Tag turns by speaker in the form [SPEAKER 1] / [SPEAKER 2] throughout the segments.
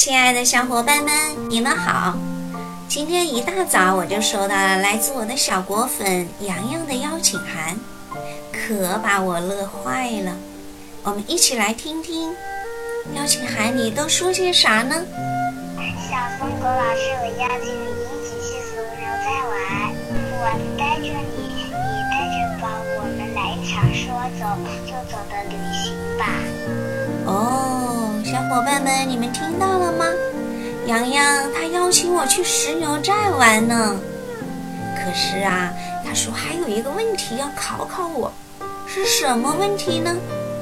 [SPEAKER 1] 亲爱的小伙伴们，你们好！今天一大早我就收到了来自我的小果粉洋洋的邀请函，可把我乐坏了。我们一起来听听邀请函里都说些啥呢？
[SPEAKER 2] 小松果老师，我邀请你一起去俗牛寨玩，我带着你带着宝，我们来一场说走就走的旅行吧。
[SPEAKER 1] 哦，小伙伴们，你们听到了吗？洋洋他邀请我去石牛寨玩呢。可是啊，他说还有一个问题要考考我，是什么问题呢？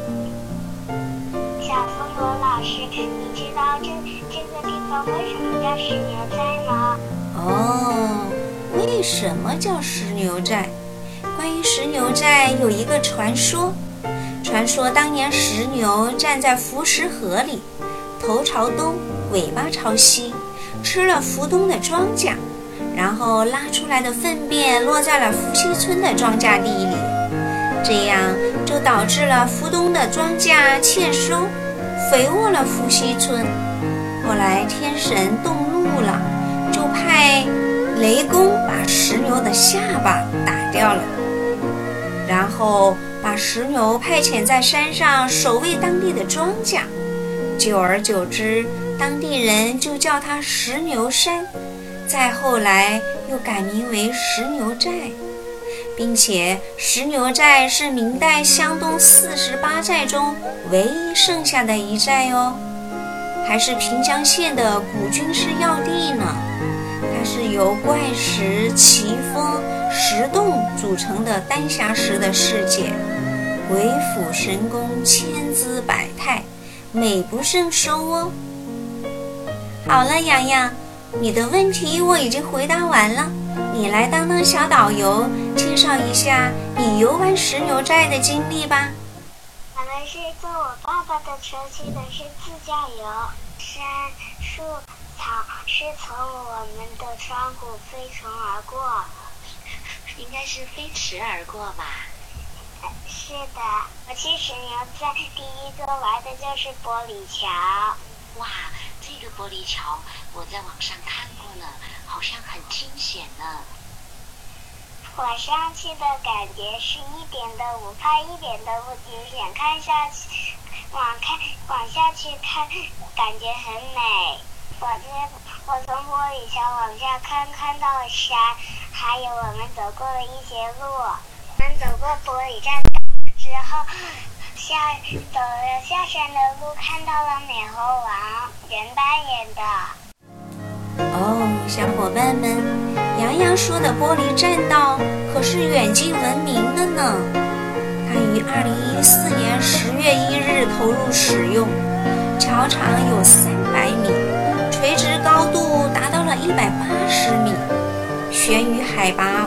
[SPEAKER 2] 小松果老师，你知道这个地方为什么叫石牛寨吗？
[SPEAKER 1] 哦，为什么叫石牛寨？关于石牛寨有一个传说，当年石牛站在浮石河里，头朝东，尾巴朝西，吃了浮东的庄稼，然后拉出来的粪便落在了伏羲村的庄稼地里，这样就导致了浮东的庄稼欠收，肥沃了伏羲村。后来天神动怒了，就派雷公把石牛的下巴打掉了，然后把石牛派遣在山上守卫当地的庄稼，久而久之，当地人就叫它石牛山，再后来又改名为石牛寨，并且石牛寨是明代湘东48寨中唯一剩下的一寨哦，还是平江县的古军事要地呢。它是由怪石、奇峰、石洞组成的丹霞石的世界，鬼斧神工，千姿百态，美不胜收哦。好了，洋洋，你的问题我已经回答完了，你来当小导游，介绍一下你游玩石牛寨的经历吧。
[SPEAKER 2] 我们是坐我爸爸的车去的，是自驾游，山树草是从我们的窗户飞虫而过，
[SPEAKER 3] 应该是飞驰而过吧。
[SPEAKER 2] 是的，我去石牛寨第一个玩的就是玻璃桥。
[SPEAKER 3] 哇，这个玻璃桥我在网上看过了，好像很惊险呢。
[SPEAKER 2] 我上去的感觉是一点都不怕，一点都不惊险，看下去往下去看，感觉很美。我从玻璃桥往下看，看到了山，还有我们走过的一些路。我们走过玻璃栈之后，走了下山的路，看到了美猴王，人扮演的。
[SPEAKER 1] 哦，小伙伴们，洋洋说的玻璃栈道可是远近闻名的呢。它于2014年10月1日投入使用，桥长有300米，垂直高度达到了180米，悬于海拔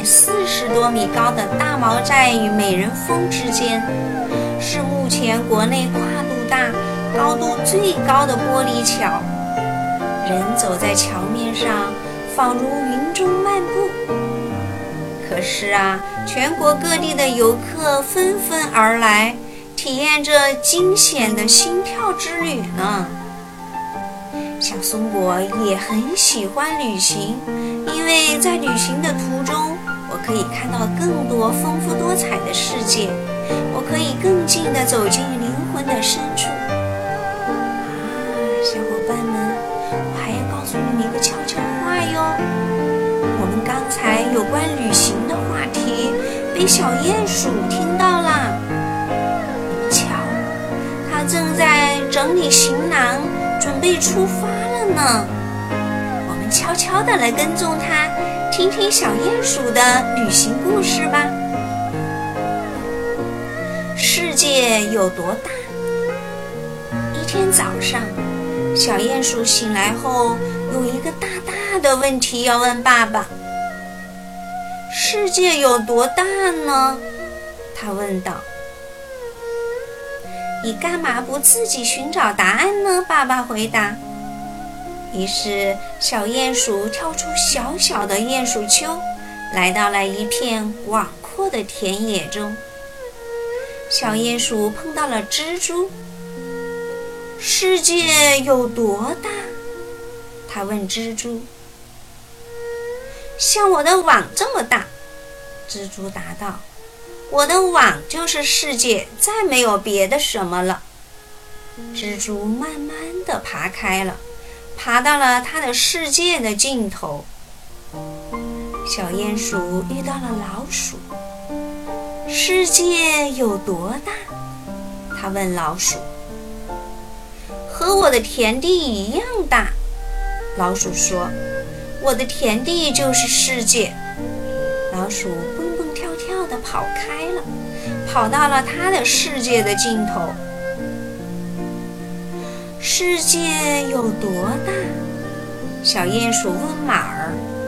[SPEAKER 1] 540多米高的大毛寨与美人峰之间，是目前国内跨度大、高度最高的玻璃桥。人走在桥面上，仿如云中漫步。可是啊，全国各地的游客纷纷而来，体验着惊险的心跳之旅呢。小松果也很喜欢旅行，因为在旅行的途中，我可以看到更多丰富多彩的世界，我可以更近地走进灵魂的深处。小伙伴们，我还要告诉你们一个悄悄话哟。我们刚才有关旅行的话题被小鼹鼠听到了，你们瞧，它正在整理行囊，准备出发了呢。我们悄悄地来跟踪它，听听小鼹鼠的旅行故事吧。世界有多大？一天早上，小鼹鼠醒来后，有一个大大的问题要问爸爸。世界有多大呢？他问道。你干嘛不自己寻找答案呢？爸爸回答。于是小鼹鼠跳出小小的鼹鼠丘，来到了一片广阔的田野中。小鼹鼠碰到了蜘蛛。世界有多大？ 他问蜘蛛。像我的网这么大，蜘蛛答道。我的网就是世界，再没有别的什么了。蜘蛛慢慢地爬开了，爬到了它的世界的尽头。小鼹鼠遇到了老鼠。世界有多大？他问老鼠。和我的田地一样大，老鼠说。我的田地就是世界。老鼠蹦蹦跳跳地跑开了，跑到了它的世界的尽头。世界有多大？小鼹鼠问马儿。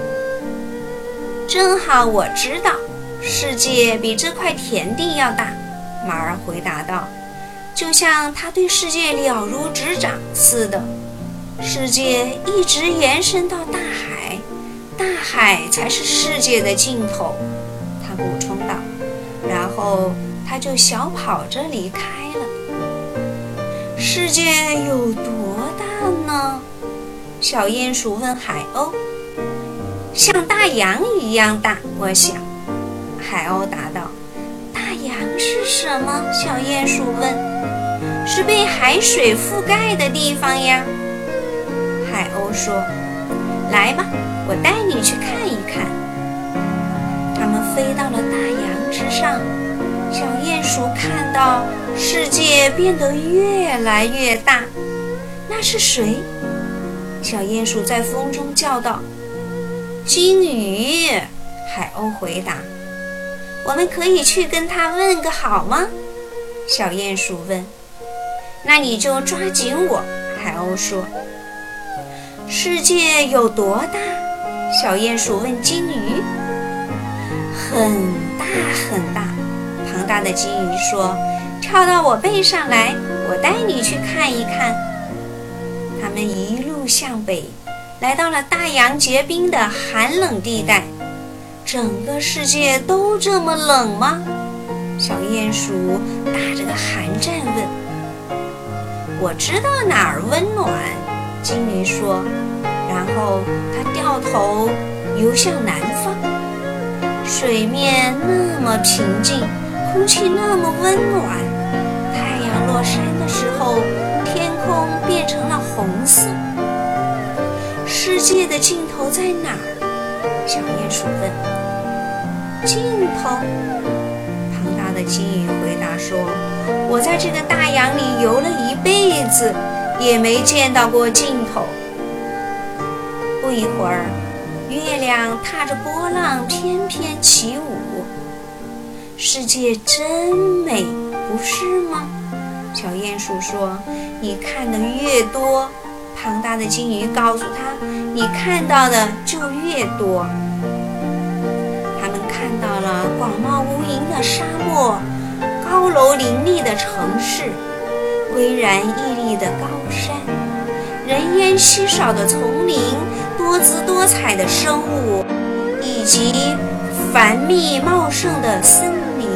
[SPEAKER 1] 正好我知道，世界比这块田地要大，马儿回答道，就像他对世界了如指掌似的。世界一直延伸到大海，大海才是世界的尽头，他补充道。然后他就小跑着离开了。世界有多大呢？小鼹鼠问海鸥。像大洋一样大，我想。海鸥答道。大洋是什么？小鼹鼠问。是被海水覆盖的地方呀。海鸥说。来吧，我带你去看一看。他们飞到了大洋之上，小鼹鼠看到世界变得越来越大。那是谁？小鼹鼠在风中叫道。鲸鱼，海鸥回答。我们可以去跟他问个好吗？小鼹鼠问。那你就抓紧我，海鸥说。世界有多大？小鼹鼠问鲸鱼。很大很大，庞大的鲸鱼说。跳到我背上来，我带你去看一看。他们一路向北，来到了大洋结冰的寒冷地带。整个世界都这么冷吗？小鼹鼠打着个寒战问。我知道哪儿温暖，鲸鱼说。然后它掉头游向南方。水面那么平静，空气那么温暖。太阳落山的时候，天空变成了红色。世界的尽头在哪儿？小鼹鼠问。尽头？庞大的鲸鱼回答说。我在这个大洋里游了一辈子，也没见到过尽头。不一会儿，月亮踏着波浪翩翩起舞。世界真美，不是吗？小鼹鼠说。你看得越多，庞大的鲸鱼告诉他，你看到的就越多。他们看到了广袤无垠的沙漠，高楼林立的城市，巍然屹立的高山，人烟稀少的丛林，多姿多彩的生物，以及繁密茂盛的森林。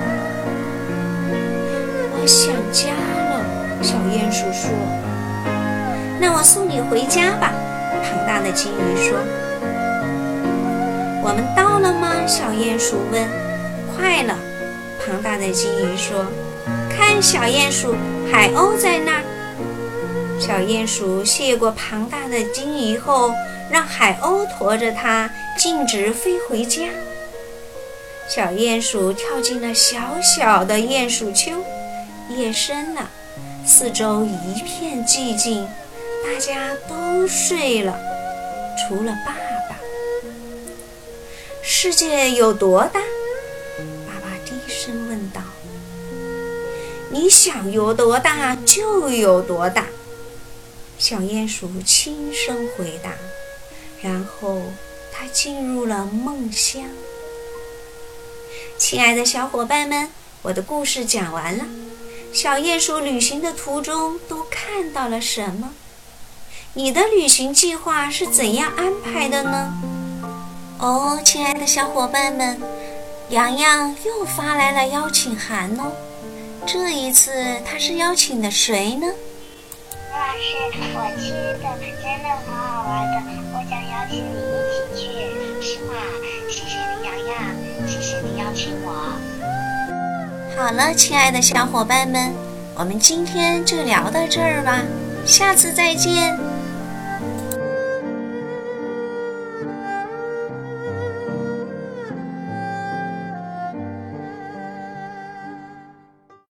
[SPEAKER 1] 我想家了，小鼹鼠说。那我送你回家吧，庞大的鲸鱼说。我们到了吗？小鼹鼠问。快了，庞大的鲸鱼说。看，小鼹鼠，海鸥在那儿。小鼹鼠谢过庞大的鲸鱼后，让海鸥驮着它径直飞回家。小鼹鼠跳进了小小的鼹鼠丘。夜深了，四周一片寂静，大家都睡了，除了爸爸。世界有多大？爸爸低声问道。你想有多大就有多大，小鼹鼠轻声回答。然后他进入了梦乡。亲爱的小伙伴们，我的故事讲完了。小鼹鼠旅行的途中都看到了什么？你的旅行计划是怎样安排的呢？哦，亲爱的小伙伴们，洋洋又发来了邀请函哦。这一次他是邀请的谁呢？
[SPEAKER 2] 师，我去的真的很好玩的，我想邀请你一起去。
[SPEAKER 3] 是吗？谢谢你，洋洋，谢谢你邀请我。
[SPEAKER 1] 好了，亲爱的小伙伴们，我们今天就聊到这儿吧，下次再见。